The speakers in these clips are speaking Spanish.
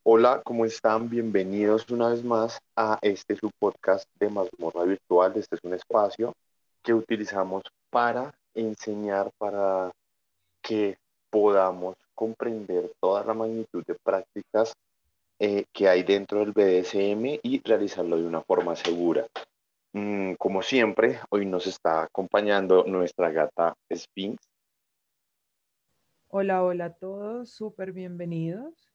Hola, ¿cómo están? Bienvenidos una vez más a este su podcast de Mazmorra Virtual. Este es un espacio que utilizamos para enseñar, para que podamos comprender toda la magnitud de prácticas que hay dentro del BDSM y realizarlo de una forma segura. Como siempre, hoy nos está acompañando nuestra gata Sphinx. Hola, hola a todos, súper bienvenidos.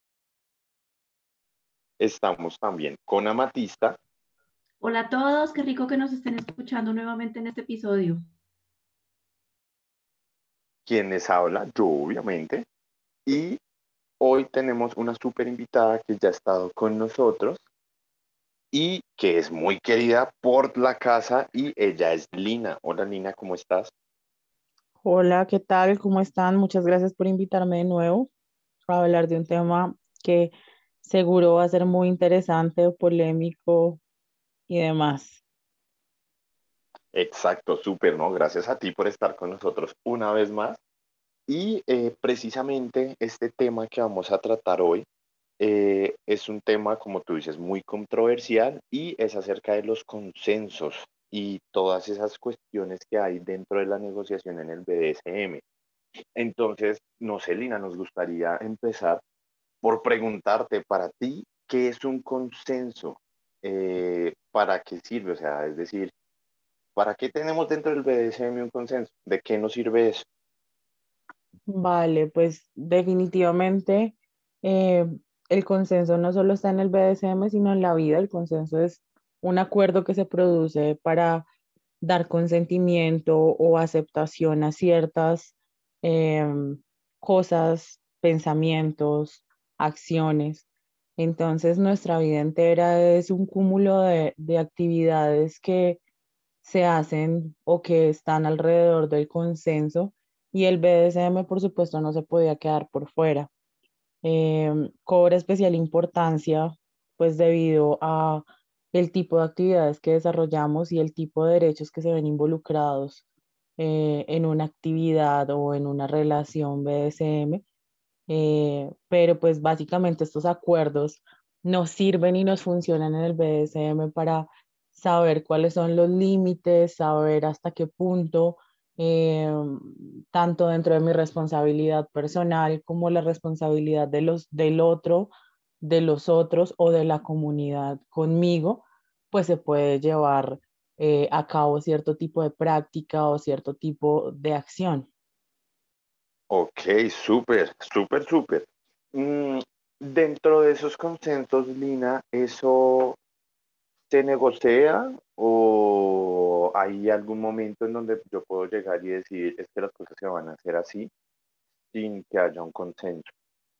Estamos también con Amatista, Hola a todos, qué rico que nos estén escuchando nuevamente en este episodio. quien les habla, yo obviamente. Y hoy tenemos una súper invitada que ya ha estado con nosotros y que es muy querida por la casa y ella es Lina. Hola Lina, ¿cómo estás? Hola, ¿qué tal? ¿Cómo están? Muchas gracias por invitarme de nuevo a hablar de un tema que seguro va a ser muy interesante, polémico y demás. Exacto, súper, ¿no? Gracias a ti por estar con nosotros una vez más. Y precisamente este tema que vamos a tratar hoy es un tema, como tú dices, muy controversial y es acerca de los consensos y todas esas cuestiones que hay dentro de la negociación en el BDSM. Entonces, no sé, Lina, nos gustaría empezar por preguntarte para ti, ¿qué es un consenso? ¿Para qué sirve? O sea, es decir, ¿para qué tenemos dentro del BDSM un consenso? ¿De qué nos sirve eso? Vale, pues definitivamente eh, el consenso no solo está en el BDSM, sino en la vida. El consenso es un acuerdo que se produce para dar consentimiento o aceptación a ciertas cosas, pensamientos, acciones. Entonces, nuestra vida entera es un cúmulo de actividades que se hacen o que están alrededor del consenso y el BDSM, por supuesto, no se podía quedar por fuera. Cobra especial importancia, pues debido a el tipo de actividades que desarrollamos y el tipo de derechos que se ven involucrados en una actividad o en una relación BDSM. Pero pues básicamente estos acuerdos nos sirven y nos funcionan en el BDSM para saber cuáles son los límites, saber hasta qué punto, eh, tanto dentro de mi responsabilidad personal como la responsabilidad del otro, de los otros o de la comunidad conmigo, pues se puede llevar a cabo cierto tipo de práctica o cierto tipo de acción. Ok, súper, súper, súper. Mm, Dentro de esos consensos, Lina, ¿eso se negocia o hay algún momento en donde yo puedo llegar y decir es que las cosas se van a hacer así sin que haya un consenso?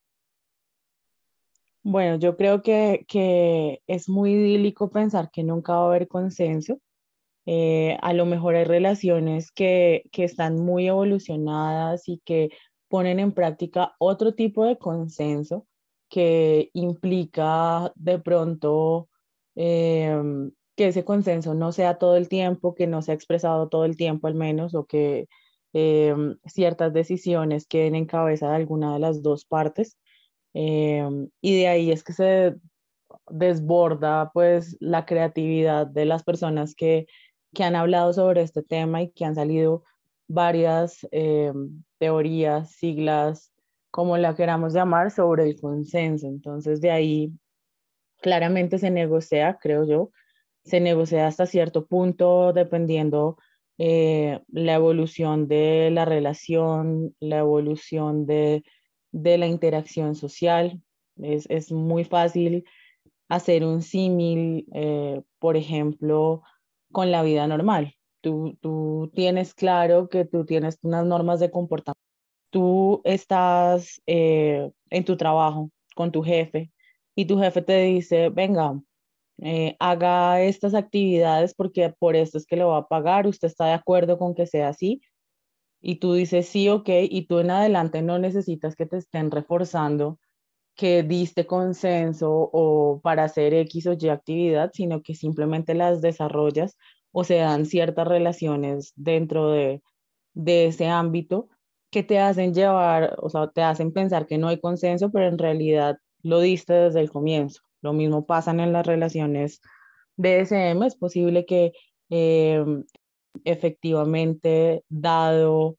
Bueno, yo creo que es muy idílico pensar que nunca va a haber consenso. A lo mejor hay relaciones que están muy evolucionadas y que ponen en práctica otro tipo de consenso que implica de pronto que ese consenso no sea todo el tiempo, que no sea expresado todo el tiempo al menos, o que ciertas decisiones queden en cabeza de alguna de las dos partes. Y de ahí es que se desborda pues la creatividad de las personas que han hablado sobre este tema y que han salido varias teorías, siglas, como la queramos llamar, sobre el consenso. Entonces de ahí claramente se negocia, creo yo, se negocia hasta cierto punto dependiendo la evolución de la relación, la evolución de la interacción social. Es muy fácil hacer un símil, por ejemplo, con la vida normal. Tú tienes claro que tú tienes unas normas de comportamiento. Tú estás en tu trabajo con tu jefe y tu jefe te dice, venga, haga estas actividades porque por esto es que le va a pagar, usted está de acuerdo con que sea así y tú dices sí, ok, y tú en adelante no necesitas que te estén reforzando que diste consenso o para hacer X o Y actividad, sino que simplemente las desarrollas o se dan ciertas relaciones dentro de ese ámbito que te hacen llevar, o sea, te hacen pensar que no hay consenso, pero en realidad lo diste desde el comienzo. Lo mismo pasa en las relaciones BDSM. Es posible que eh, efectivamente dado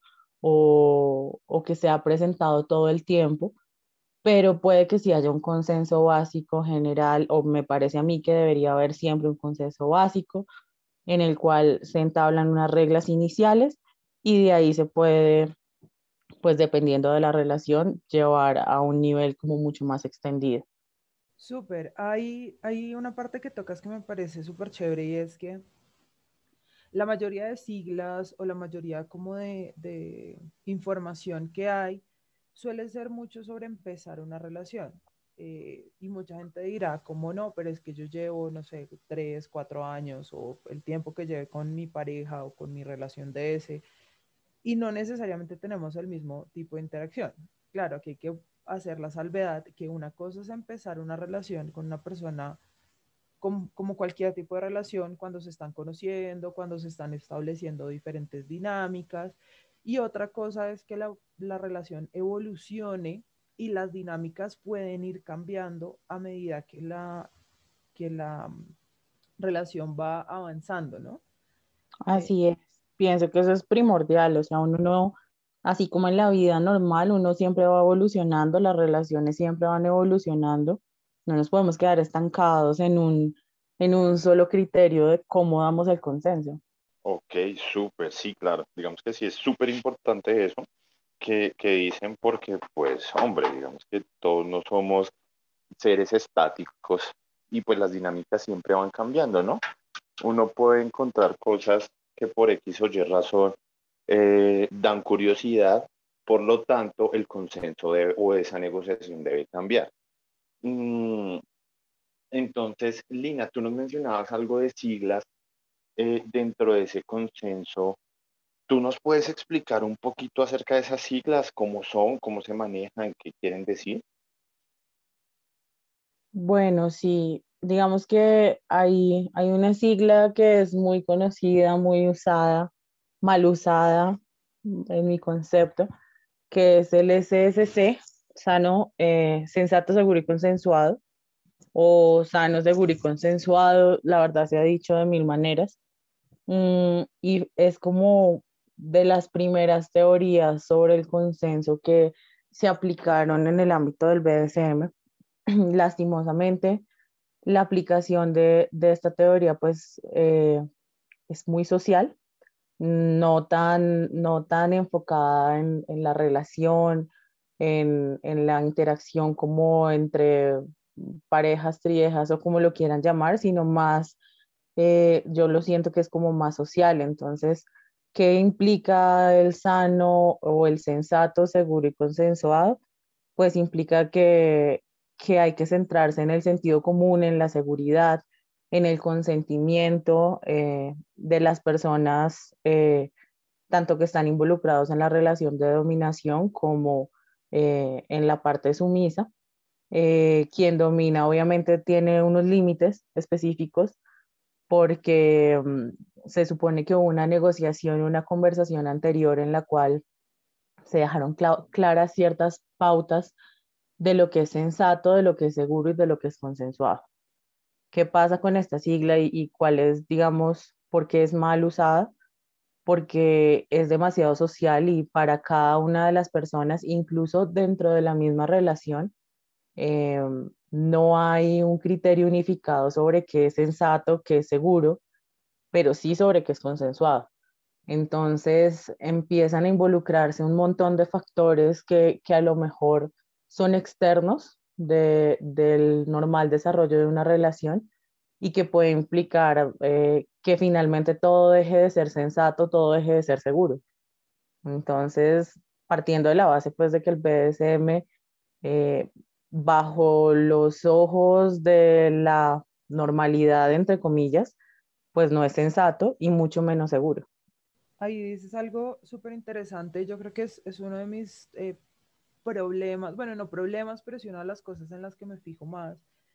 o que se ha presentado todo el tiempo, pero puede que sí haya un consenso básico general, o me parece a mí que debería haber siempre un consenso básico en el cual se entablan unas reglas iniciales y de ahí se puede, pues dependiendo de la relación, llevar a un nivel como mucho más extendido. Súper. Hay una parte que tocas que me parece súper chévere y es que la mayoría de siglas o la mayoría como de información que hay suele ser mucho sobre empezar una relación. Y mucha gente dirá, ¿cómo no? Pero es que yo llevo, no sé, 3, 4 años o el tiempo que lleve con mi pareja o con mi relación de ese y no necesariamente tenemos el mismo tipo de interacción. Claro, aquí hay que hacer la salvedad que una cosa es empezar una relación con una persona como cualquier tipo de relación, cuando se están conociendo, cuando se están estableciendo diferentes dinámicas. Y otra cosa es que la relación evolucione y las dinámicas pueden ir cambiando a medida que la relación va avanzando, ¿no? Eh, Así es, pienso que eso es primordial, o sea, uno no, así como en la vida normal, uno siempre va evolucionando, las relaciones siempre van evolucionando, no nos podemos quedar estancados en un solo criterio de cómo damos el consenso. Ok, súper, sí, claro. Digamos que sí es súper importante eso que dicen porque, pues, hombre, digamos que todos no somos seres estáticos y pues las dinámicas siempre van cambiando, ¿no? Uno puede encontrar cosas que por X o Y razón dan curiosidad, por lo tanto, el consenso debe, o esa negociación debe cambiar. Mm, entonces, Lina, tú nos mencionabas algo de siglas dentro de ese consenso. ¿Tú nos puedes explicar un poquito acerca de esas siglas, cómo son, cómo se manejan, qué quieren decir? Bueno, sí, digamos que hay una sigla que es muy conocida, muy usada, mal usada en mi concepto, que es el SSC, sano, sensato, seguro y consensuado, o sano, seguro y consensuado, la verdad se ha dicho de mil maneras. Y es como de las primeras teorías sobre el consenso que se aplicaron en el ámbito del BDSM. Lastimosamente, la aplicación de esta teoría pues es muy social, no tan enfocada en la relación, en la interacción como entre parejas, triejas o como lo quieran llamar, sino más, yo lo siento que es como más social. Entonces, ¿qué implica el sano o el sensato, seguro y consensuado? Pues implica que hay que centrarse en el sentido común, en la seguridad, en el consentimiento de las personas, tanto que están involucrados en la relación de dominación como en la parte sumisa. Quien domina obviamente tiene unos límites específicos porque se supone que hubo una negociación, una conversación anterior en la cual se dejaron claras ciertas pautas de lo que es sensato, de lo que es seguro y de lo que es consensuado. ¿Qué pasa con esta sigla y cuál es, digamos, por qué es mal usada? Porque es demasiado social y para cada una de las personas, incluso dentro de la misma relación, eh, no hay un criterio unificado sobre qué es sensato, qué es seguro, pero sí sobre qué es consensuado. Entonces empiezan a involucrarse un montón de factores que a lo mejor son externos del normal desarrollo de una relación y que puede implicar que finalmente todo deje de ser sensato, todo deje de ser seguro. Entonces, partiendo de la base pues de que el BDSM, eh, bajo los ojos de la normalidad, entre comillas, pues no es sensato y mucho menos seguro. Ahí dices algo súper interesante. Yo creo que es uno de mis problemas, bueno, no problemas, pero sí una de las cosas en las que me fijo más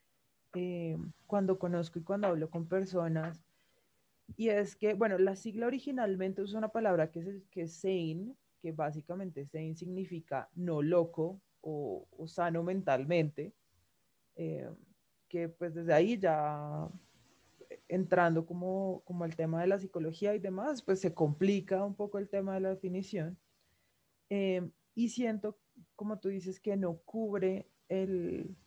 cuando conozco y cuando hablo con personas. Y es que, bueno, la sigla originalmente es una palabra que es sane, que básicamente sane significa no loco o sano mentalmente. eh, que pues desde ahí ya entrando como el tema de la psicología y demás, pues se complica un poco el tema de la definición. Y siento, como tú dices, que no cubre el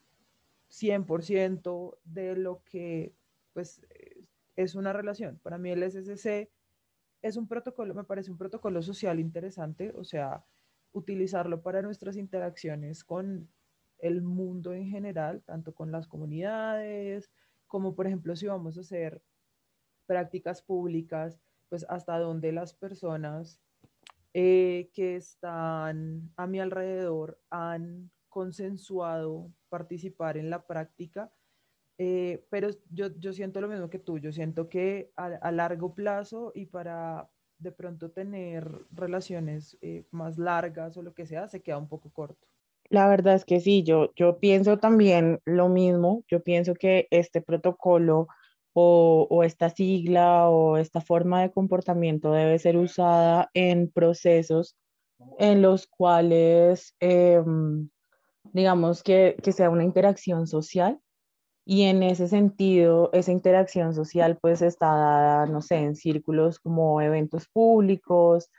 100% de lo que pues es una relación. Para mí el SSC es un protocolo, me parece un protocolo social interesante, o sea, utilizarlo para nuestras interacciones con el mundo en general, tanto con las comunidades, como por ejemplo si vamos a hacer prácticas públicas, pues hasta donde las personas que están a mi alrededor han consensuado participar en la práctica, pero yo siento lo mismo que tú, yo siento que a largo plazo y para de pronto tener relaciones más largas o lo que sea, se queda un poco corto. La verdad es que sí, yo pienso también lo mismo. Yo pienso que este protocolo o esta sigla o esta forma de comportamiento debe ser usada en procesos en los cuales, digamos, que sea una interacción social. Y en ese sentido, esa interacción social pues está dada, no sé, en círculos como eventos públicos,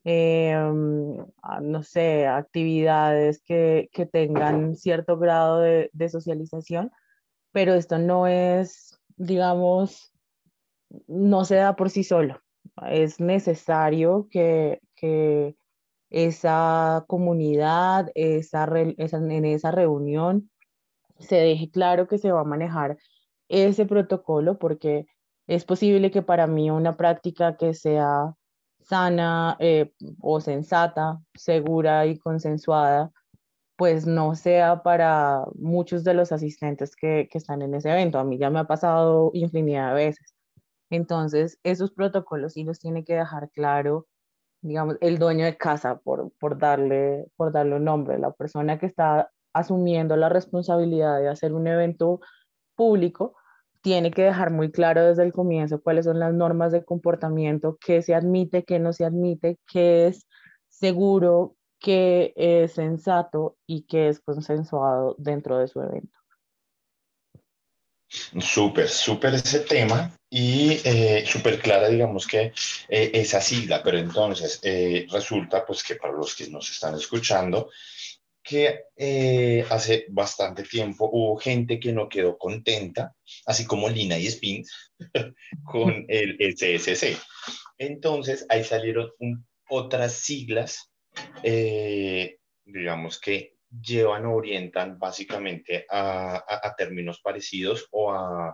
no sé, actividades que tengan cierto grado de socialización, pero esto no es, digamos, no se da por sí solo. Es necesario que esa comunidad, en esa reunión, se deje claro que se va a manejar ese protocolo, porque es posible que para mí una práctica que sea sana o sensata, segura y consensuada, pues no sea para muchos de los asistentes que están en ese evento. A mí ya me ha pasado infinidad de veces. Entonces, esos protocolos sí los tiene que dejar claro, digamos, el dueño de casa, por darle un nombre, la persona que está asumiendo la responsabilidad de hacer un evento público, tiene que dejar muy claro desde el comienzo cuáles son las normas de comportamiento, qué se admite, qué no se admite, qué es seguro, qué es sensato y qué es consensuado dentro de su evento. Súper, súper ese tema y súper clara, digamos que esa sigla, pero entonces resulta pues que para los que nos están escuchando, que hace bastante tiempo hubo gente que no quedó contenta, así como Lina y Spins, con el SSC. Entonces ahí salieron otras siglas, digamos que llevan o orientan básicamente a términos parecidos o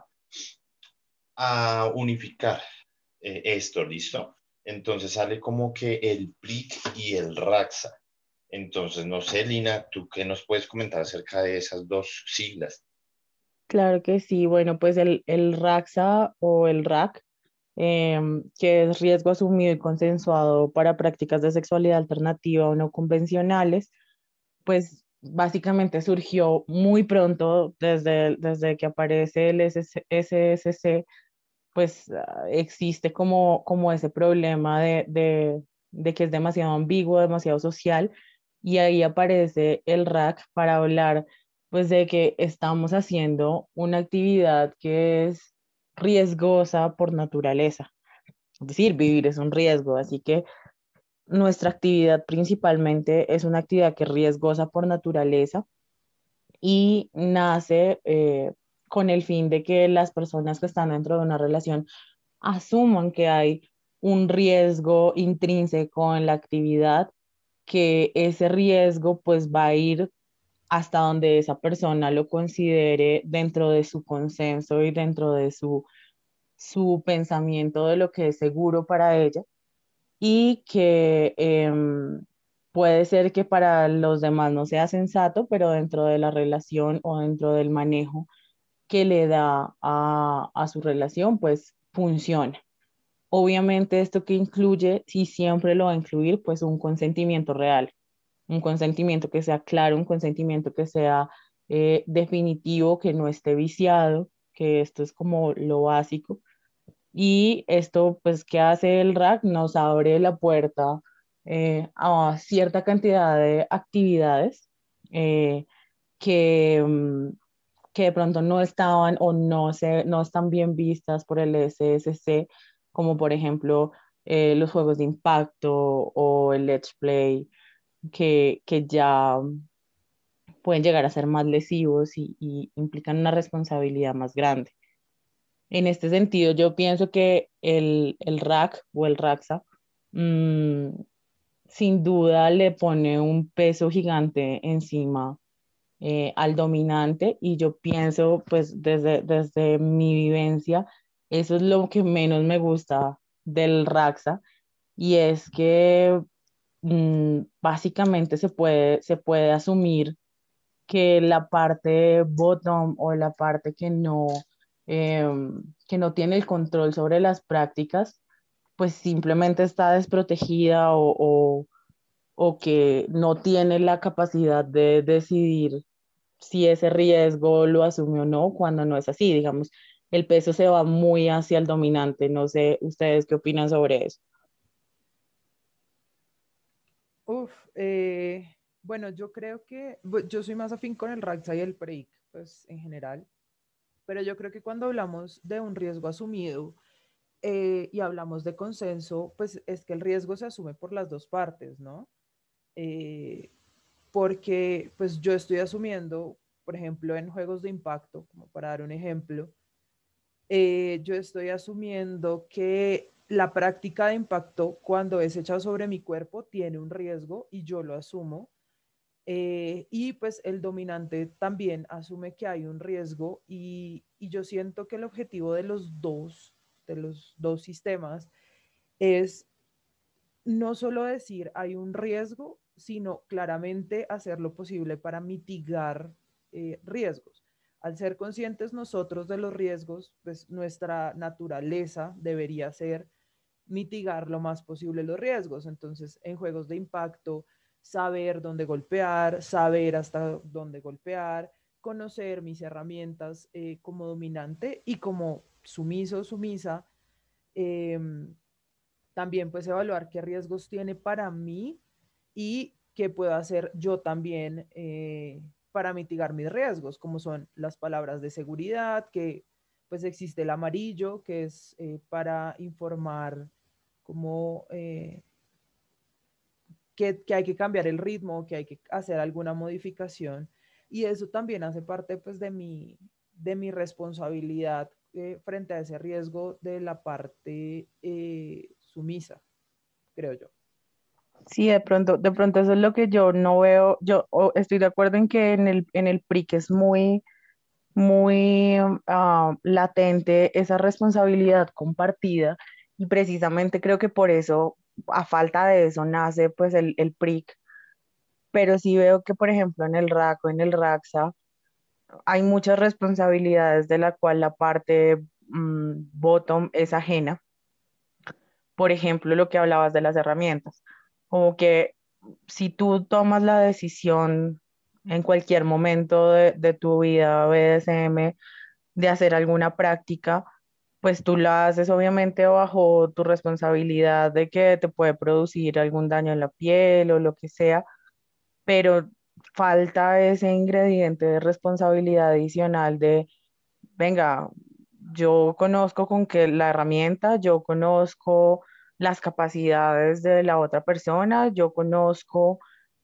a unificar esto, ¿listo? Entonces sale como que el PRIC y el RAXA. Entonces, no sé, Lina, ¿tú qué nos puedes comentar acerca de esas dos siglas? Claro que sí, bueno, pues el RAXA o el RAC, que es riesgo asumido y consensuado para prácticas de sexualidad alternativa o no convencionales, pues básicamente surgió muy pronto desde que aparece el SSC, pues existe como ese problema de que es demasiado ambiguo, demasiado social, y ahí aparece el RAC para hablar pues de que estamos haciendo una actividad que es riesgosa por naturaleza. Es decir, vivir es un riesgo, así que nuestra actividad principalmente es una actividad que es riesgosa por naturaleza y nace con el fin de que las personas que están dentro de una relación asuman que hay un riesgo intrínseco en la actividad, que ese riesgo pues va a ir hasta donde esa persona lo considere dentro de su consenso y dentro de su pensamiento de lo que es seguro para ella, y que puede ser que para los demás no sea sensato, pero dentro de la relación o dentro del manejo que le da a su relación, pues funciona. Obviamente esto que incluye, si siempre lo va a incluir, pues un consentimiento real, un consentimiento que sea claro, un consentimiento que sea definitivo, que no esté viciado, que esto es como lo básico. Y esto, pues, ¿qué hace el RAC? Nos abre la puerta a cierta cantidad de actividades eh, que, que de pronto no estaban o no están bien vistas por el SSC, como por ejemplo los juegos de impacto o el Let's Play, que ya pueden llegar a ser más lesivos y implican una responsabilidad más grande. En este sentido, yo pienso que el RAC o el RAXA mm, sin duda le pone un peso gigante encima al dominante y yo pienso, pues desde mi vivencia, eso es lo que menos me gusta del RAXA y es que básicamente se puede asumir que la parte bottom o la parte que no tiene el control sobre las prácticas, pues simplemente está desprotegida o que no tiene la capacidad de decidir si ese riesgo lo asume o no, cuando no es así, digamos, el peso se va muy hacia el dominante. No sé ustedes qué opinan sobre eso. Uf, bueno, yo creo que yo soy más afín con el RAGSA y el PREIC, pues en general, pero yo creo que cuando hablamos de un riesgo asumido y hablamos de consenso, pues es que el riesgo se asume por las dos partes, ¿no? Eh, Porque pues yo estoy asumiendo, por ejemplo, en juegos de impacto, como para dar un ejemplo, yo estoy asumiendo que la práctica de impacto cuando es hecha sobre mi cuerpo tiene un riesgo y yo lo asumo. Y pues el dominante también asume que hay un riesgo y yo siento que el objetivo de los dos sistemas es no solo decir hay un riesgo, sino claramente hacer lo posible para mitigar riesgos. Al ser conscientes nosotros de los riesgos, pues nuestra naturaleza debería ser mitigar lo más posible los riesgos. Entonces, en juegos de impacto, saber dónde golpear, saber hasta dónde golpear, conocer mis herramientas como dominante y como sumiso, sumisa, eh, también pues evaluar qué riesgos tiene para mí y qué puedo hacer yo también para mitigar mis riesgos, como son las palabras de seguridad, que pues existe el amarillo, que es para informar como que hay que cambiar el ritmo, que hay que hacer alguna modificación. Y eso también hace parte pues de mi responsabilidad frente a ese riesgo de la parte sumisa, creo yo. Sí, de pronto eso es lo que yo no veo. Estoy de acuerdo en que en el PRIC es muy latente esa responsabilidad compartida y precisamente creo que por eso, a falta de eso, nace pues el PRIC, pero sí veo que por ejemplo en el RAC o en el RAXA hay muchas responsabilidades de la cual la parte bottom es ajena. Por ejemplo, lo que hablabas de las herramientas, como que si tú tomas la decisión en cualquier momento de tu vida BDSM de hacer alguna práctica, pues tú la haces obviamente bajo tu responsabilidad de que te puede producir algún daño en la piel o lo que sea, pero falta ese ingrediente de responsabilidad adicional de, venga, yo conozco con que la herramienta, yo conozco las capacidades de la otra persona, yo conozco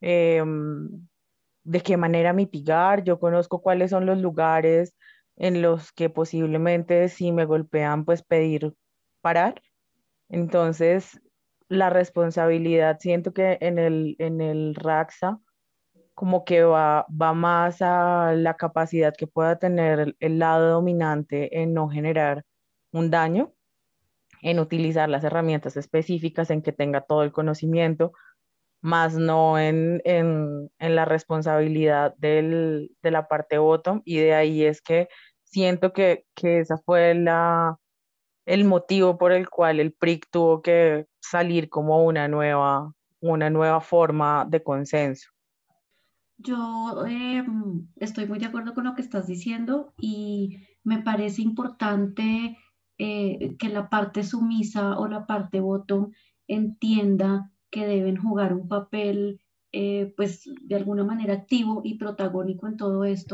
de qué manera mitigar, yo conozco cuáles son los lugares en los que posiblemente si me golpean, pues pedir parar. Entonces, la responsabilidad, siento que en el RAXA, como que va más a la capacidad que pueda tener el lado dominante en no generar un daño, en utilizar las herramientas específicas, en que tenga todo el conocimiento, más no en la responsabilidad de la parte bottom. Y de ahí es que siento que esa fue el motivo por el cual el PRIC tuvo que salir como una nueva forma de consenso. Yo estoy muy de acuerdo con lo que estás diciendo y me parece importante que la parte sumisa o la parte bottom entienda que deben jugar un papel, pues de alguna manera activo y protagónico en todo esto,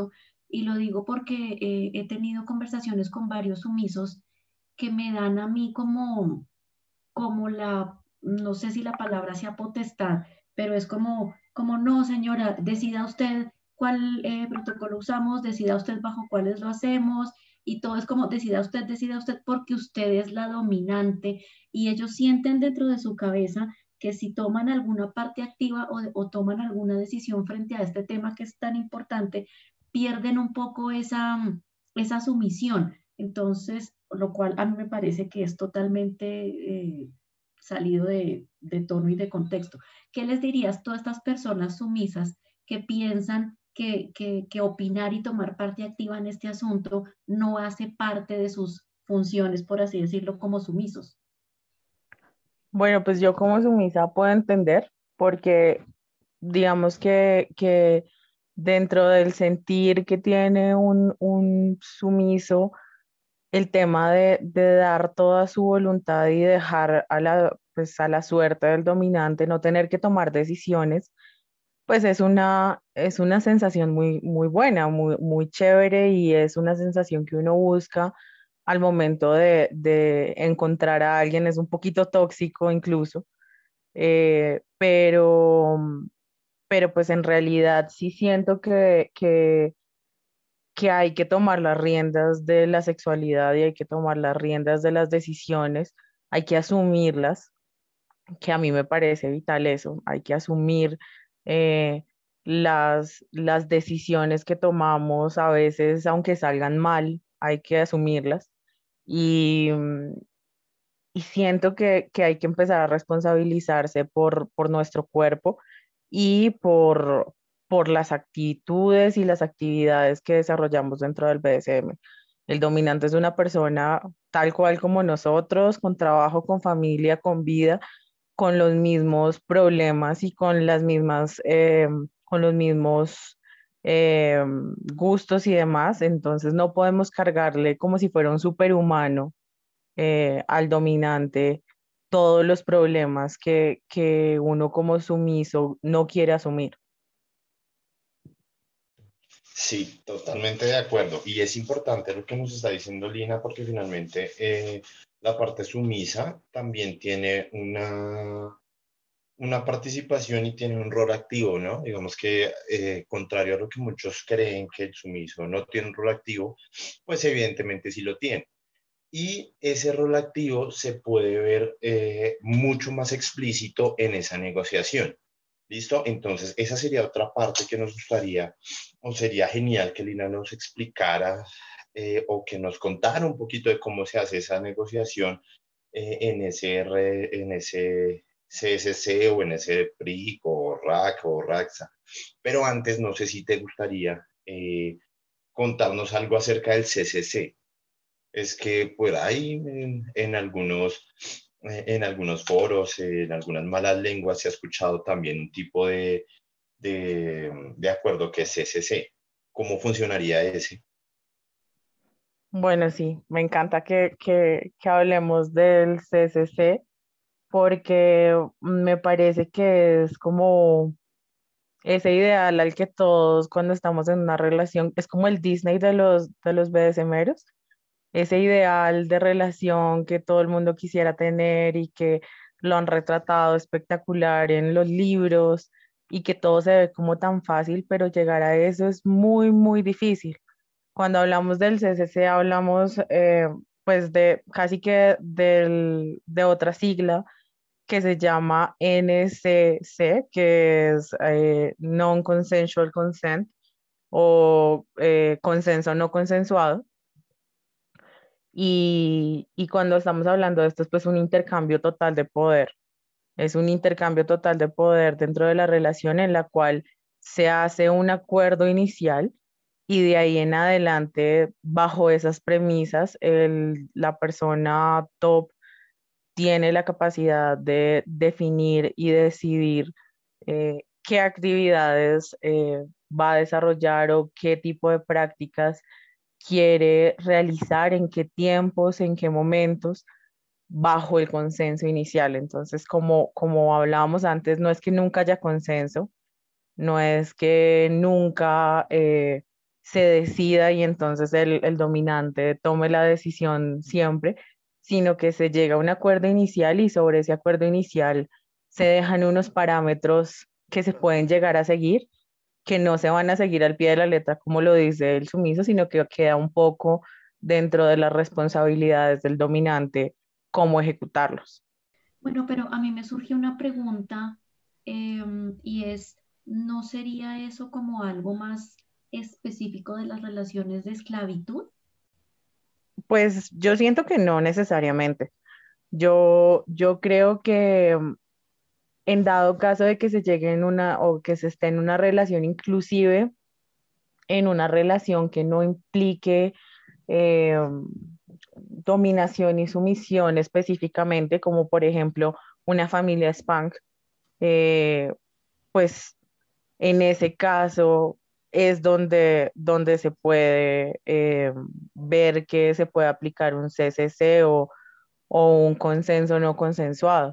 y lo digo porque he tenido conversaciones con varios sumisos que me dan a mí como no sé si la palabra sea potestad, pero es como no, señora, decida usted cuál protocolo usamos, decida usted bajo cuáles lo hacemos, y todo es como decida usted, porque usted es la dominante, y ellos sienten dentro de su cabeza que si toman alguna parte activa o toman alguna decisión frente a este tema que es tan importante, pierden un poco esa sumisión. Entonces, lo cual a mí me parece que es totalmente salido de tono y de contexto. ¿Qué les dirías a todas estas personas sumisas que piensan que opinar y tomar parte activa en este asunto no hace parte de sus funciones, por así decirlo, como sumisos? Bueno, pues yo como sumisa puedo entender, porque digamos que dentro del sentir que tiene un sumiso, el tema de dar toda su voluntad y dejar pues a la suerte del dominante, no tener que tomar decisiones, pues es una sensación muy, muy buena, muy, muy chévere, y es una sensación que uno busca al momento de encontrar a alguien. Es un poquito tóxico incluso, eh, pero, pero pues en realidad sí siento que hay que tomar las riendas de la sexualidad y hay que tomar las riendas de las decisiones, hay que asumirlas, que a mí me parece vital eso. Hay que asumir eh, las decisiones que tomamos, a veces aunque salgan mal, hay que asumirlas. Y, y siento que hay que empezar a responsabilizarse por nuestro cuerpo y por las actitudes y las actividades que desarrollamos dentro del BDSM. El dominante es una persona tal cual como nosotros, con trabajo, con familia, con vida, con los mismos problemas y con las mismas, con los mismos gustos y demás. Entonces no podemos cargarle como si fuera un superhumano al dominante todos los problemas que uno como sumiso no quiere asumir. Sí, totalmente de acuerdo. Y es importante lo que nos está diciendo Lina, porque finalmente la parte sumisa también tiene una participación y tiene un rol activo, ¿no? Digamos que, contrario a lo que muchos creen que el sumiso no tiene un rol activo, pues evidentemente sí lo tiene. Y ese rol activo se puede ver mucho más explícito en esa negociación. ¿Listo? Entonces, esa sería otra parte que nos gustaría, o sería genial que Lina nos explicara o que nos contara un poquito de cómo se hace esa negociación en ese CSC o en ese PRIC o RAC o RAXA. Pero antes, no sé si te gustaría contarnos algo acerca del CCC. Es que por ahí en algunos foros, en algunas malas lenguas se ha escuchado también un tipo de acuerdo que es CCC. ¿Cómo funcionaría ese? Bueno, sí, me encanta que hablemos del CCC, porque me parece que es como ese ideal al que todos cuando estamos en una relación, es como el Disney de los BDSMeros, ese ideal de relación que todo el mundo quisiera tener y que lo han retratado espectacular en los libros, y que todo se ve como tan fácil, pero llegar a eso es muy, muy difícil. Cuando hablamos del CCC hablamos pues de casi que de otra sigla que se llama NCC, que es Non-Consensual Consent, o consenso no consensuado. Y cuando estamos hablando de esto, es pues un intercambio total de poder. Es un intercambio total de poder dentro de la relación, en la cual se hace un acuerdo inicial, y de ahí en adelante, bajo esas premisas, la persona top tiene la capacidad de definir y decidir qué actividades va a desarrollar o qué tipo de prácticas quiere realizar, en qué tiempos, en qué momentos, bajo el consenso inicial. Entonces, como hablábamos antes, no es que nunca haya consenso, no es que nunca se decida y entonces el dominante tome la decisión siempre, sino que se llega a un acuerdo inicial y sobre ese acuerdo inicial se dejan unos parámetros que se pueden llegar a seguir, que no se van a seguir al pie de la letra como lo dice el sumiso, sino que queda un poco dentro de las responsabilidades del dominante cómo ejecutarlos. Bueno, pero a mí me surge una pregunta y es, ¿no sería eso como algo más específico de las relaciones de esclavitud? Pues yo siento que no necesariamente. Yo creo que en dado caso de que se llegue en una o que se esté en una relación, inclusive en una relación que no implique eh, dominación y sumisión específicamente, como por ejemplo una familia Spank, eh, pues en ese caso es donde se puede ver que se puede aplicar un CCC o un consenso no consensuado.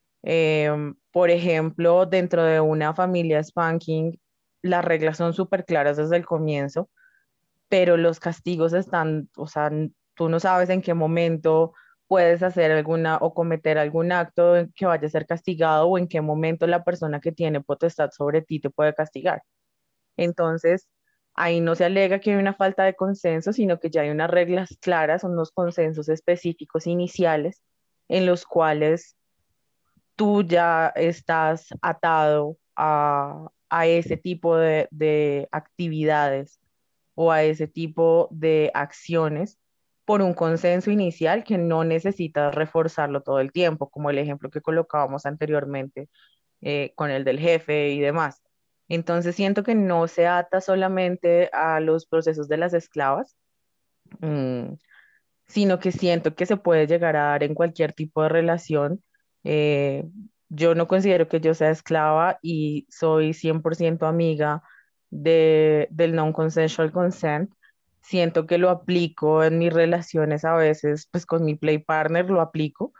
Por ejemplo, dentro de una familia spanking, las reglas son súper claras desde el comienzo, pero los castigos están, o sea, tú no sabes en qué momento puedes hacer alguna o cometer algún acto en que vaya a ser castigado o en qué momento la persona que tiene potestad sobre ti te puede castigar. Entonces, ahí no se alega que hay una falta de consenso, sino que ya hay unas reglas claras, unos consensos específicos iniciales en los cuales tú ya estás atado a ese tipo de actividades o a ese tipo de acciones por un consenso inicial que no necesitas reforzarlo todo el tiempo, como el ejemplo que colocábamos anteriormente con el del jefe y demás. Entonces siento que no se ata solamente a los procesos de las esclavas, mm, sino que siento que se puede llegar a dar en cualquier tipo de relación. Eh, yo no considero que yo sea esclava y soy 100% amiga del non-consensual consent. Siento que lo aplico en mis relaciones a veces, pues con mi play partner lo aplico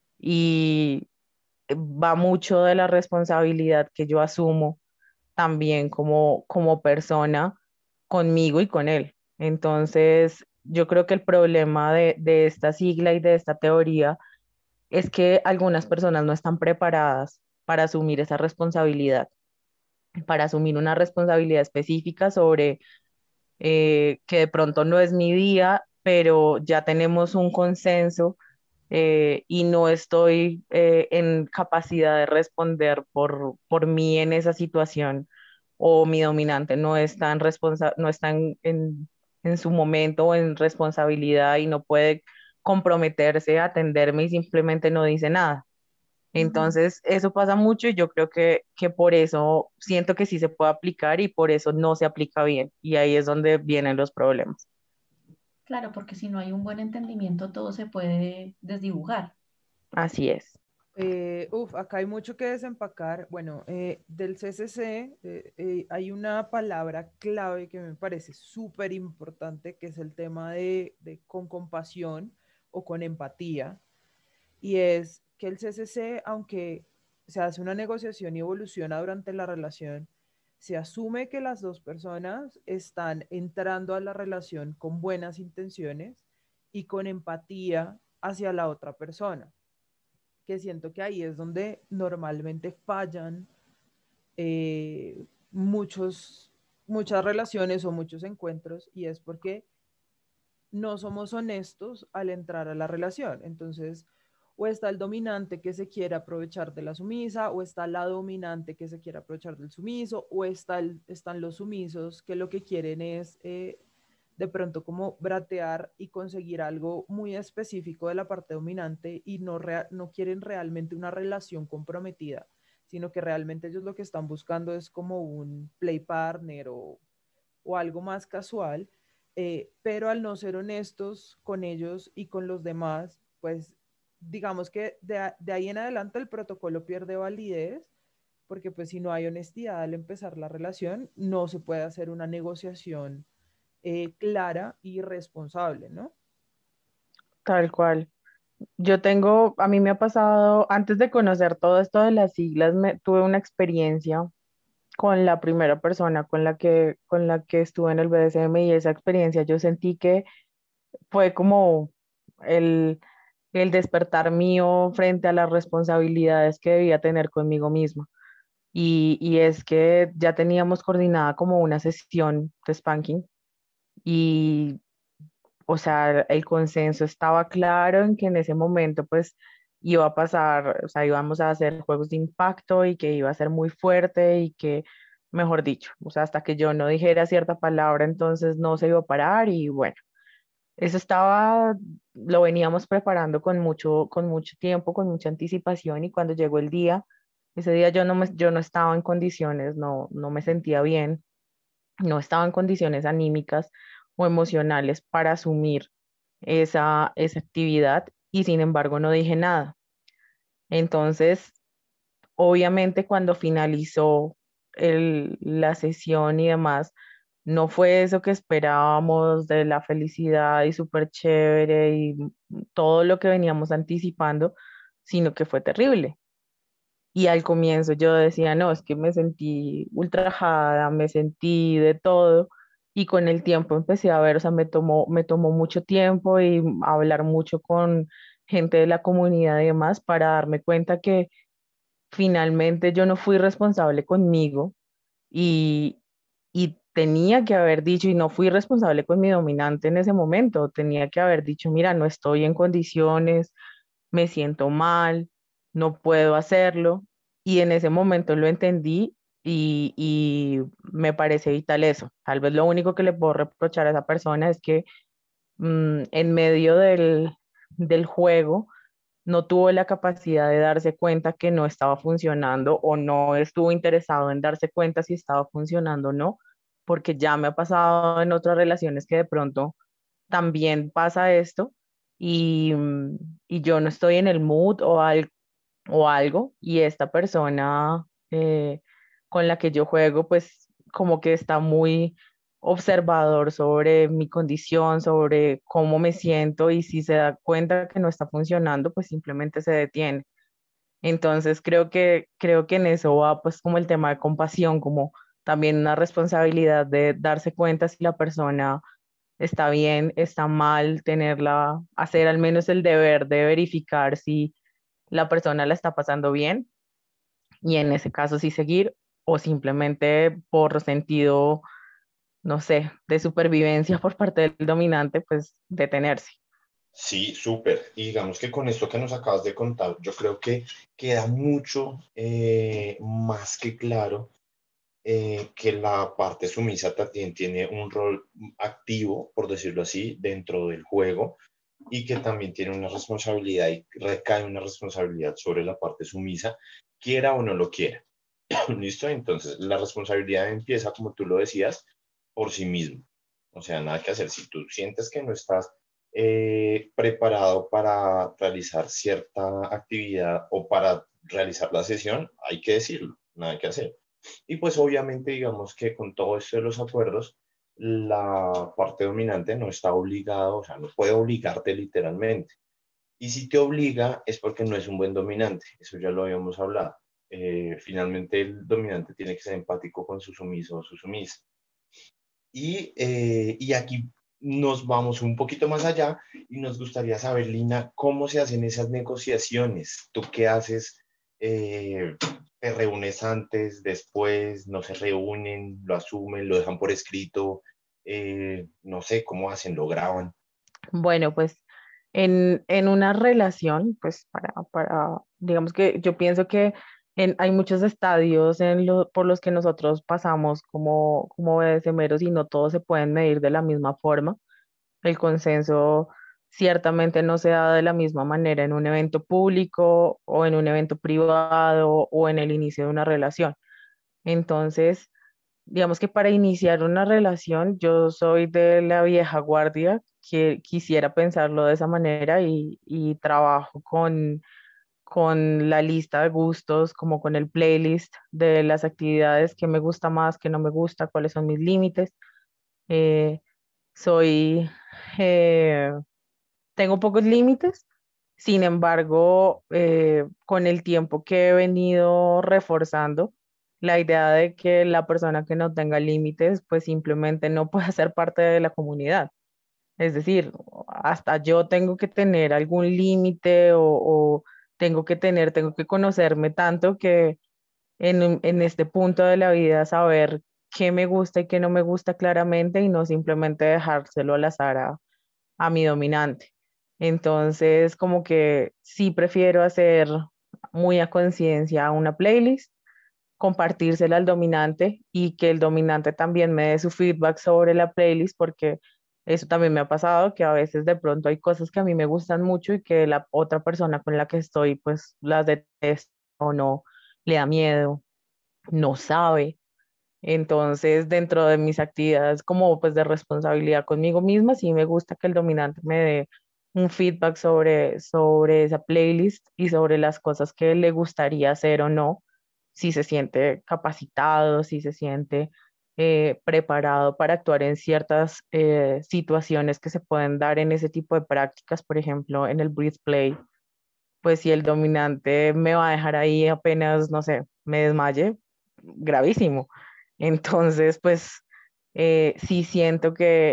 y va mucho de la responsabilidad que yo asumo también como persona conmigo y con él. Entonces, yo creo que el problema de esta sigla y de esta teoría es que algunas personas no están preparadas para asumir esa responsabilidad, para asumir una responsabilidad específica sobre que de pronto no es mi día, pero ya tenemos un consenso y no estoy en capacidad de responder por mí en esa situación o mi dominante no está no está en su momento o en responsabilidad y no puede comprometerse a atenderme y simplemente no dice nada. Ujú. Entonces, eso pasa mucho y yo creo que por eso siento que sí se puede aplicar y por eso no se aplica bien. Y ahí es donde vienen los problemas. Claro, porque si no hay un buen entendimiento, todo se puede desdibujar. Así es. Acá hay mucho que desempacar. Bueno, del CCC hay una palabra clave que me parece súper importante, que es el tema de con compasión o con empatía. Y es que el CCC, aunque se hace una negociación y evoluciona durante la relación, se asume que las dos personas están entrando a la relación con buenas intenciones y con empatía hacia la otra persona, que siento que ahí es donde normalmente fallan muchas relaciones o muchos encuentros, y es porque no somos honestos al entrar a la relación. Entonces, o está el dominante que se quiere aprovechar de la sumisa, o está la dominante que se quiere aprovechar del sumiso, o están los sumisos que lo que quieren es de pronto como bratear y conseguir algo muy específico de la parte dominante y no quieren realmente una relación comprometida, sino que realmente ellos lo que están buscando es como un play partner o algo más casual, pero al no ser honestos con ellos y con los demás, pues digamos que de ahí en adelante el protocolo pierde validez, porque pues si no hay honestidad al empezar la relación, no se puede hacer una negociación clara y responsable, ¿no? Tal cual. A mí me ha pasado, antes de conocer todo esto de las siglas, tuve una experiencia con la primera persona con la que estuve en el BDSM y esa experiencia, yo sentí que fue como el, el despertar mío frente a las responsabilidades que debía tener conmigo misma. Y es que ya teníamos coordinada como una sesión de spanking y, o sea, el consenso estaba claro en que en ese momento pues iba a pasar, o sea, íbamos a hacer juegos de impacto y que iba a ser muy fuerte y que, mejor dicho, o sea, hasta que yo no dijera cierta palabra, entonces no se iba a parar y bueno, eso estaba, lo veníamos preparando con mucho tiempo, con mucha anticipación y cuando llegó el día, ese día yo no estaba en condiciones, no me sentía bien, no estaba en condiciones anímicas o emocionales para asumir esa actividad y sin embargo no dije nada. Entonces, obviamente cuando finalizó la sesión y demás, no fue eso que esperábamos de la felicidad y súper chévere y todo lo que veníamos anticipando, sino que fue terrible. Y al comienzo yo decía, no, es que me sentí ultrajada, me sentí de todo. Y con el tiempo empecé a ver, o sea, me tomó mucho tiempo y hablar mucho con gente de la comunidad y demás para darme cuenta que finalmente yo no fui responsable conmigo y, y tenía que haber dicho, y no fui responsable con mi dominante en ese momento, tenía que haber dicho, mira, no estoy en condiciones, me siento mal, no puedo hacerlo. Y en ese momento lo entendí y me parece vital eso. Tal vez lo único que le puedo reprochar a esa persona es que en medio del juego no tuvo la capacidad de darse cuenta que no estaba funcionando o no estuvo interesado en darse cuenta si estaba funcionando o no, porque ya me ha pasado en otras relaciones que de pronto también pasa esto y yo no estoy en el mood o algo y esta persona con la que yo juego pues como que está muy observador sobre mi condición, sobre cómo me siento y si se da cuenta que no está funcionando pues simplemente se detiene. Entonces creo que en eso va pues como el tema de compasión, como también una responsabilidad de darse cuenta si la persona está bien, está mal, tenerla, hacer al menos el deber de verificar si la persona la está pasando bien y en ese caso sí seguir o simplemente por sentido, no sé, de supervivencia por parte del dominante, pues detenerse. Sí, súper. Y digamos que con esto que nos acabas de contar, yo creo que queda mucho más que claro que la parte sumisa también tiene un rol activo, por decirlo así, dentro del juego y que también tiene una responsabilidad y recae una responsabilidad sobre la parte sumisa, quiera o no lo quiera. ¿Listo? Entonces, la responsabilidad empieza, como tú lo decías, por sí mismo. O sea, nada que hacer. Si tú sientes que no estás preparado para realizar cierta actividad o para realizar la sesión, hay que decirlo, nada que hacer. Y pues obviamente digamos que con todo esto de los acuerdos, la parte dominante no está obligado, o sea, no puede obligarte literalmente. Y si te obliga es porque no es un buen dominante, eso ya lo habíamos hablado. Finalmente el dominante tiene que ser empático con su sumiso o su sumisa. Y aquí nos vamos un poquito más allá y nos gustaría saber, Lina, cómo se hacen esas negociaciones. ¿Tú qué haces? ¿Te reúnes antes, después, no se reúnen, lo asumen, lo dejan por escrito? No sé, ¿cómo hacen? ¿Lo graban? Bueno, pues en una relación, pues digamos que yo pienso que hay muchos estadios por los que nosotros pasamos como BDSMeros y no todos se pueden medir de la misma forma. El consenso ciertamente no se da de la misma manera en un evento público o en un evento privado o en el inicio de una relación. Entonces, digamos que para iniciar una relación, yo soy de la vieja guardia, que quisiera pensarlo de esa manera y trabajo con la lista de gustos, como con el playlist de las actividades que me gusta más, que no me gusta, cuáles son mis límites. Eh, soy, eh, tengo pocos límites, sin embargo, con el tiempo que he venido reforzando, la idea de que la persona que no tenga límites, pues simplemente no puede ser parte de la comunidad. Es decir, hasta yo tengo que tener algún límite o tengo que conocerme tanto que en este punto de la vida saber qué me gusta y qué no me gusta claramente y no simplemente dejárselo al azar a mi dominante. Entonces, como que sí prefiero hacer muy a conciencia una playlist, compartírsela al dominante y que el dominante también me dé su feedback sobre la playlist, porque eso también me ha pasado, que a veces de pronto hay cosas que a mí me gustan mucho y que la otra persona con la que estoy pues las detesta o no, le da miedo, no sabe. Entonces, dentro de mis actividades como pues de responsabilidad conmigo misma, sí me gusta que el dominante me dé un feedback sobre esa playlist y sobre las cosas que le gustaría hacer o no, si se siente capacitado, si se siente preparado para actuar en ciertas situaciones que se pueden dar en ese tipo de prácticas, por ejemplo, en el breath play, pues si el dominante me va a dejar ahí apenas, no sé, me desmaye, gravísimo. Entonces, pues sí siento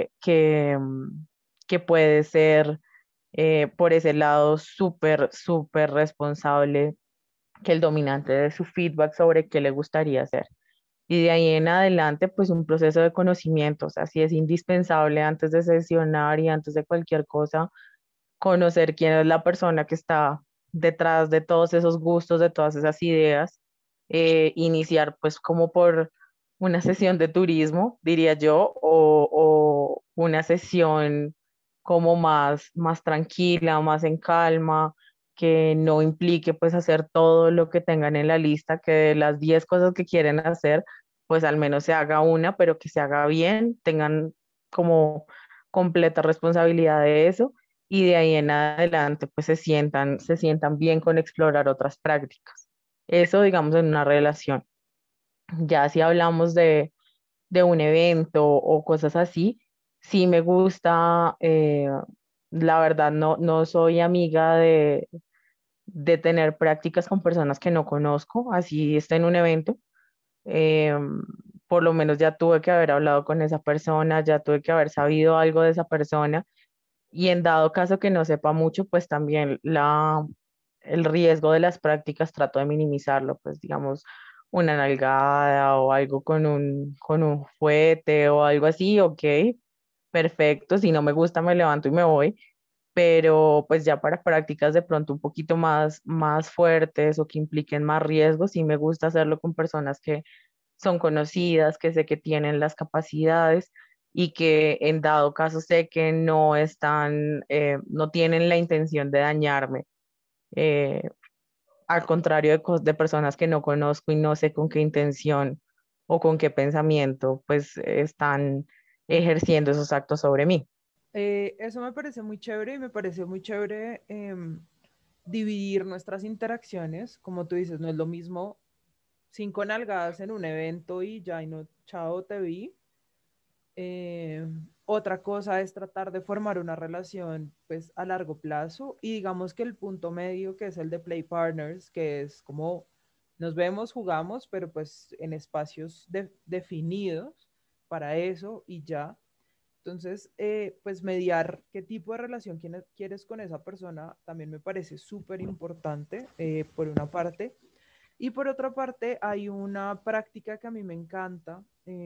que puede ser por ese lado súper, súper responsable que el dominante dé su feedback sobre qué le gustaría hacer. Y de ahí en adelante, pues un proceso de conocimiento, o sea, sí es indispensable antes de sesionar y antes de cualquier cosa, conocer quién es la persona que está detrás de todos esos gustos, de todas esas ideas, iniciar pues como por una sesión de turismo, diría yo, o una sesión como más tranquila, más en calma, que no implique pues hacer todo lo que tengan en la lista, que de las 10 cosas que quieren hacer, pues al menos se haga una, pero que se haga bien, tengan como completa responsabilidad de eso y de ahí en adelante pues se sientan bien con explorar otras prácticas. Eso digamos en una relación. Ya si hablamos de un evento o cosas así, sí me gusta, la verdad no soy amiga de tener prácticas con personas que no conozco, así está en un evento. eh, por lo menos ya tuve que haber hablado con esa persona, ya tuve que haber sabido algo de esa persona y en dado caso que no sepa mucho, pues también el riesgo de las prácticas trato de minimizarlo, pues digamos una nalgada o algo con un fuete o algo así, ok, perfecto, si no me gusta me levanto y me voy, pero pues ya para prácticas de pronto un poquito más fuertes o que impliquen más riesgos, sí me gusta hacerlo con personas que son conocidas, que sé que tienen las capacidades y que en dado caso sé que no están, no tienen la intención de dañarme. eh, Al contrario de personas que no conozco y no sé con qué intención o con qué pensamiento, pues están ejerciendo esos actos sobre mí. Eso me parece muy chévere y me parece muy chévere dividir nuestras interacciones. Como tú dices, no es lo mismo 5 nalgadas en un evento y ya, y no, chao, te vi. Eh, Otra cosa es tratar de formar una relación pues a largo plazo y digamos que el punto medio que es el de play partners, que es como nos vemos, jugamos, pero pues en espacios definidos para eso y ya. Entonces, pues mediar qué tipo de relación quieres con esa persona también me parece súper importante, por una parte. Y por otra parte, hay una práctica que a mí me encanta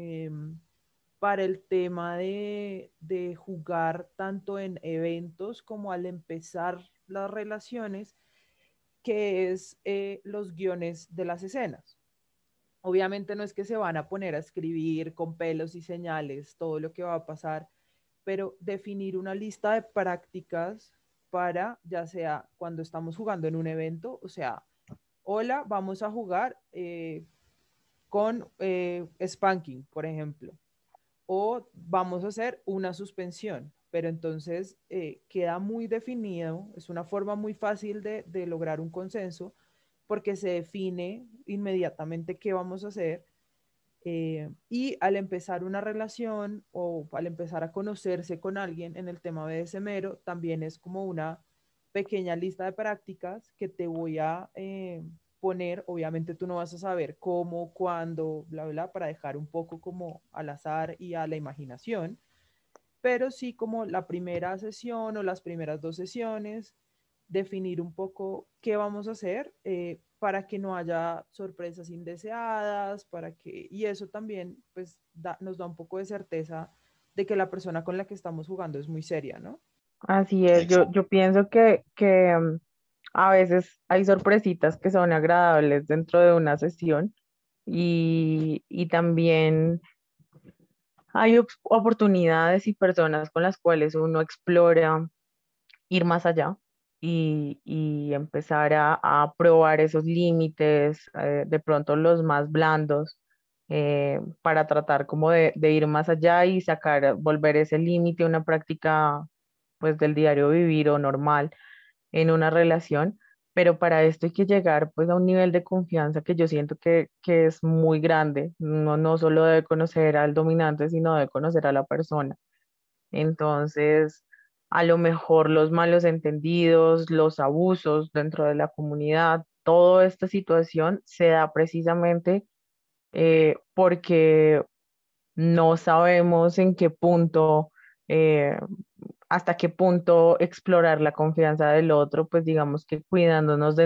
para el tema de jugar tanto en eventos como al empezar las relaciones, que es los guiones de las escenas. Obviamente no es que se van a poner a escribir con pelos y señales todo lo que va a pasar, pero definir una lista de prácticas para, ya sea cuando estamos jugando en un evento, o sea, hola, vamos a jugar con spanking, por ejemplo, o vamos a hacer una suspensión, pero entonces queda muy definido, es una forma muy fácil de lograr un consenso porque se define inmediatamente qué vamos a hacer y al empezar una relación o al empezar a conocerse con alguien en el tema BDSMero, también es como una pequeña lista de prácticas que te voy a poner, obviamente tú no vas a saber cómo, cuándo, bla, bla, para dejar un poco como al azar y a la imaginación, pero sí como la primera sesión o las primeras dos sesiones, definir un poco qué vamos a hacer para que no haya sorpresas indeseadas, y eso también pues nos da un poco de certeza de que la persona con la que estamos jugando es muy seria, ¿no? Así es, Exacto. yo pienso que a veces hay sorpresitas que son agradables dentro de una sesión y también hay oportunidades y personas con las cuales uno explora ir más allá y empezar a probar esos límites, de pronto los más blandos, para tratar como de ir más allá y sacar, volver ese límite una práctica pues del diario vivir o normal en una relación. Pero para esto hay que llegar pues a un nivel de confianza que yo siento que es muy grande. Uno no solo debe conocer al dominante, sino debe conocer a la persona. Entonces, a lo mejor los malos entendidos, los abusos dentro de la comunidad, toda esta situación se da precisamente porque no sabemos en qué punto, eh, hasta qué punto explorar la confianza del otro, pues digamos que cuidándonos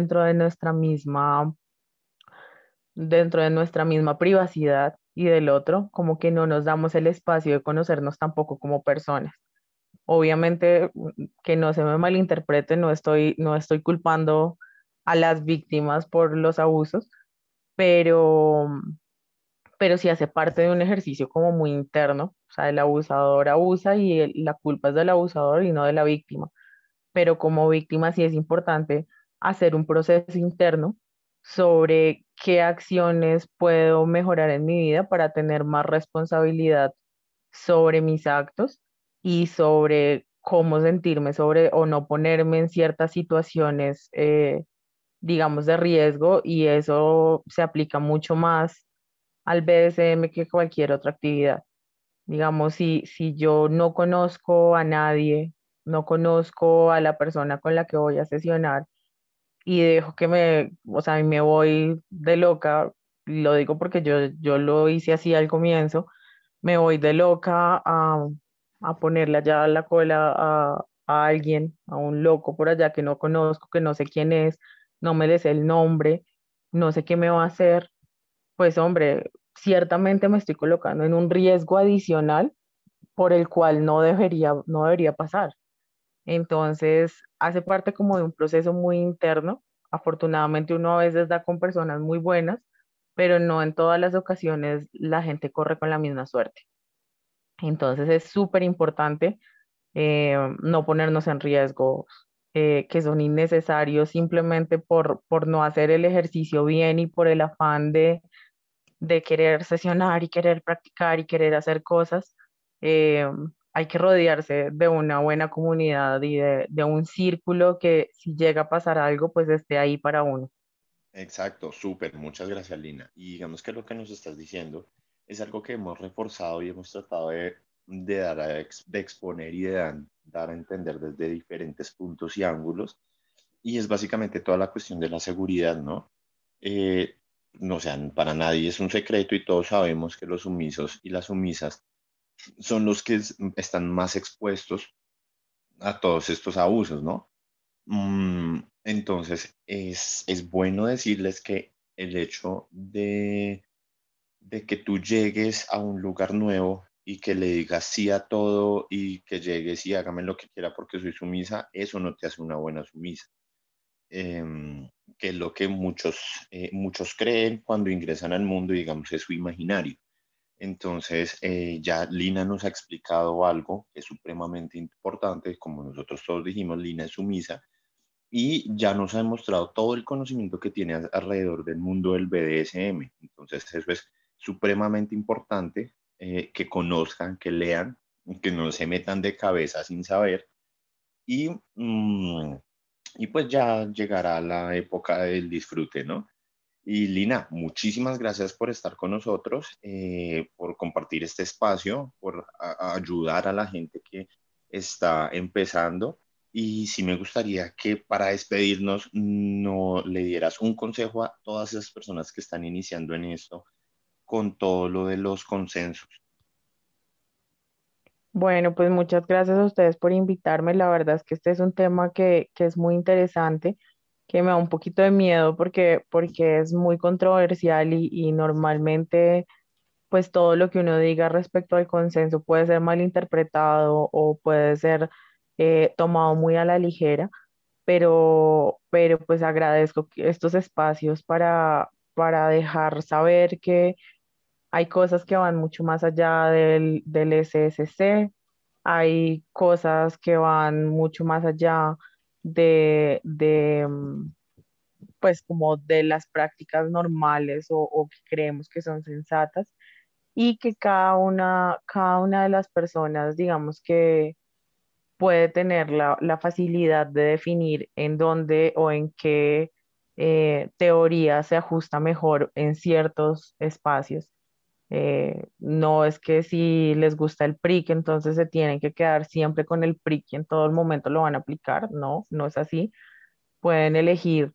dentro de nuestra misma privacidad y del otro, como que no nos damos el espacio de conocernos tampoco como personas. Obviamente, que no se me malinterprete, no estoy culpando a las víctimas por los abusos, pero, pero sí hace parte de un ejercicio como muy interno. O sea, el abusador abusa y la culpa es del abusador y no de la víctima. Pero como víctima sí es importante hacer un proceso interno sobre qué acciones puedo mejorar en mi vida para tener más responsabilidad sobre mis actos y sobre cómo sentirme sobre o no ponerme en ciertas situaciones, digamos, de riesgo, y eso se aplica mucho más al BDSM que cualquier otra actividad. Digamos, si yo no conozco a nadie, no conozco a la persona con la que voy a sesionar y dejo o sea, y me voy de loca, lo digo porque yo lo hice así al comienzo, me voy de loca a ponerle allá la cola a alguien, a un loco por allá que no conozco, que no sé quién es, no me le sé el nombre, no sé qué me va a hacer. Pues hombre, ciertamente me estoy colocando en un riesgo adicional por el cual no debería pasar. Entonces, hace parte como de un proceso muy interno. Afortunadamente uno a veces da con personas muy buenas, pero no en todas las ocasiones la gente corre con la misma suerte. Entonces es súper importante no ponernos en riesgos que son innecesarios simplemente por no hacer el ejercicio bien y por el afán de querer sesionar y querer practicar y querer hacer cosas. eh, Hay que rodearse de una buena comunidad y de un círculo que si llega a pasar algo, pues esté ahí para uno. Exacto, súper, muchas gracias, Lina. Y digamos que lo que nos estás diciendo es algo que hemos reforzado y hemos tratado de dar de exponer y de dar a entender desde diferentes puntos y ángulos. Y es básicamente toda la cuestión de la seguridad, ¿no? No, o sea, para nadie es un secreto y todos sabemos que los sumisos y las sumisas son los que están más expuestos a todos estos abusos, ¿no? Entonces, es bueno decirles que el hecho de que tú llegues a un lugar nuevo y que le digas sí a todo y que llegues y hágame lo que quiera porque soy sumisa, eso no te hace una buena sumisa. Que es lo que muchos creen cuando ingresan al mundo y digamos es su imaginario. Entonces, ya Lina nos ha explicado algo que es supremamente importante, como nosotros todos dijimos, Lina es sumisa y ya nos ha demostrado todo el conocimiento que tiene alrededor del mundo del BDSM. Entonces, eso es supremamente importante, que conozcan, que lean, que no se metan de cabeza sin saber y, y pues ya llegará la época del disfrute, ¿no? Y Lina, muchísimas gracias por estar con nosotros, por compartir este espacio, por ayudar a la gente que está empezando. Y sí me gustaría que para despedirnos no le dieras un consejo a todas esas personas que están iniciando en esto con todo lo de los consensos. Bueno, pues muchas gracias a ustedes por invitarme. La verdad es que este es un tema que es muy interesante, que me da un poquito de miedo porque es muy controversial y normalmente pues todo lo que uno diga respecto al consenso puede ser malinterpretado o puede ser tomado muy a la ligera, pero pues agradezco estos espacios para dejar saber que hay cosas que van mucho más allá del SSC, hay cosas que van mucho más allá de pues como de las prácticas normales o que creemos que son sensatas y que cada una de las personas, digamos que puede tener la facilidad de definir en dónde o en qué teoría se ajusta mejor en ciertos espacios. No es que si les gusta el PRIC, entonces se tienen que quedar siempre con el PRIC y en todo el momento lo van a aplicar. No, no es así. Pueden elegir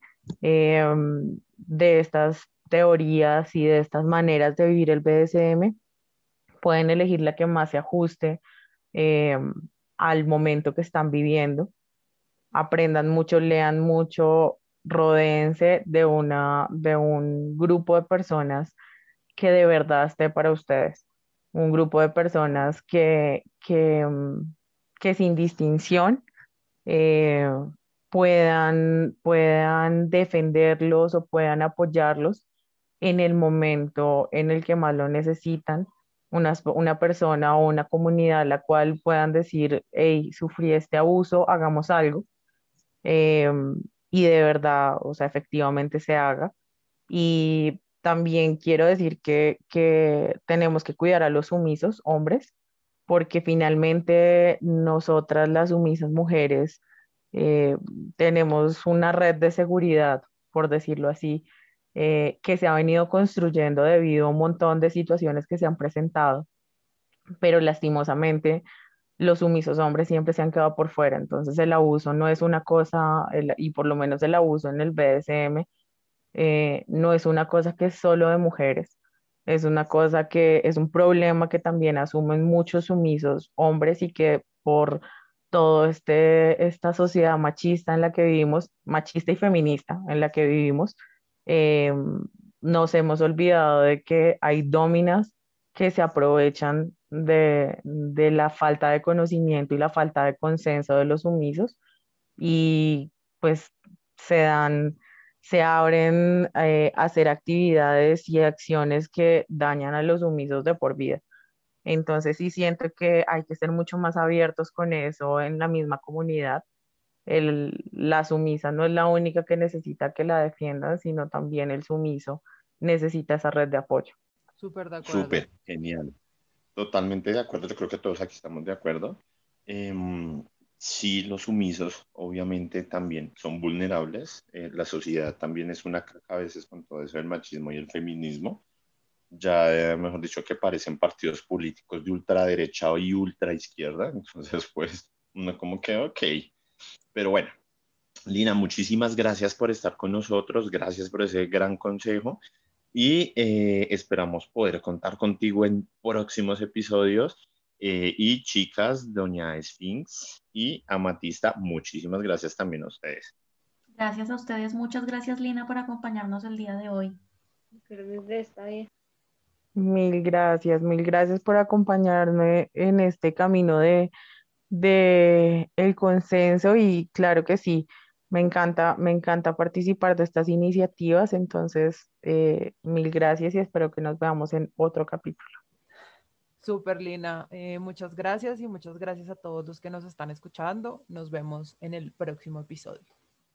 de estas teorías y de estas maneras de vivir el BDSM, pueden elegir la que más se ajuste eh, al momento que están viviendo. Aprendan mucho, lean mucho, rodéense de un grupo de personas que de verdad esté para ustedes. Un grupo de personas que sin distinción eh, puedan defenderlos o puedan apoyarlos en el momento en el que más lo necesitan. Una persona o una comunidad a la cual puedan decir, hey, sufrí este abuso, hagamos algo. eh, y de verdad, o sea, efectivamente se haga. Y también quiero decir que tenemos que cuidar a los sumisos hombres, porque finalmente nosotras, las sumisas mujeres, eh, tenemos una red de seguridad, por decirlo así, que se ha venido construyendo debido a un montón de situaciones que se han presentado, pero lastimosamente los sumisos hombres siempre se han quedado por fuera. Entonces el abuso no es una cosa, y por lo menos el abuso en el BDSM no es una cosa que es solo de mujeres, es una cosa que es un problema que también asumen muchos sumisos hombres y que por todo esta sociedad machista en la que vivimos, machista y feminista en la que vivimos, eh, nos hemos olvidado de que hay dominas que se aprovechan de la falta de conocimiento y la falta de consenso de los sumisos y pues se dan, se abren a hacer actividades y acciones que dañan a los sumisos de por vida. Entonces sí siento que hay que ser mucho más abiertos con eso en la misma comunidad. La sumisa no es la única que necesita que la defiendan, sino también el sumiso necesita esa red de apoyo. Súper de acuerdo. Súper, genial. Totalmente de acuerdo, yo creo que todos aquí estamos de acuerdo. Em, sí, los sumisos obviamente también son vulnerables. La sociedad también es una caca a veces con todo eso del machismo y el feminismo. Ya, mejor dicho, que parecen partidos políticos de ultraderecha y ultraizquierda. Entonces, pues, uno como que, ok. Pero bueno, Lina, muchísimas gracias por estar con nosotros. Gracias por ese gran consejo y esperamos poder contar contigo en próximos episodios. Y chicas, doña Sphinx y Amatista, muchísimas gracias también a ustedes. Gracias a ustedes. Muchas gracias, Lina, por acompañarnos el día de hoy. Creo que está bien. Mil gracias por acompañarme en este camino de el consenso y claro que sí, me encanta participar de estas iniciativas, entonces mil gracias y espero que nos veamos en otro capítulo. Súper, Lina. Muchas gracias y muchas gracias a todos los que nos están escuchando. Nos vemos en el próximo episodio.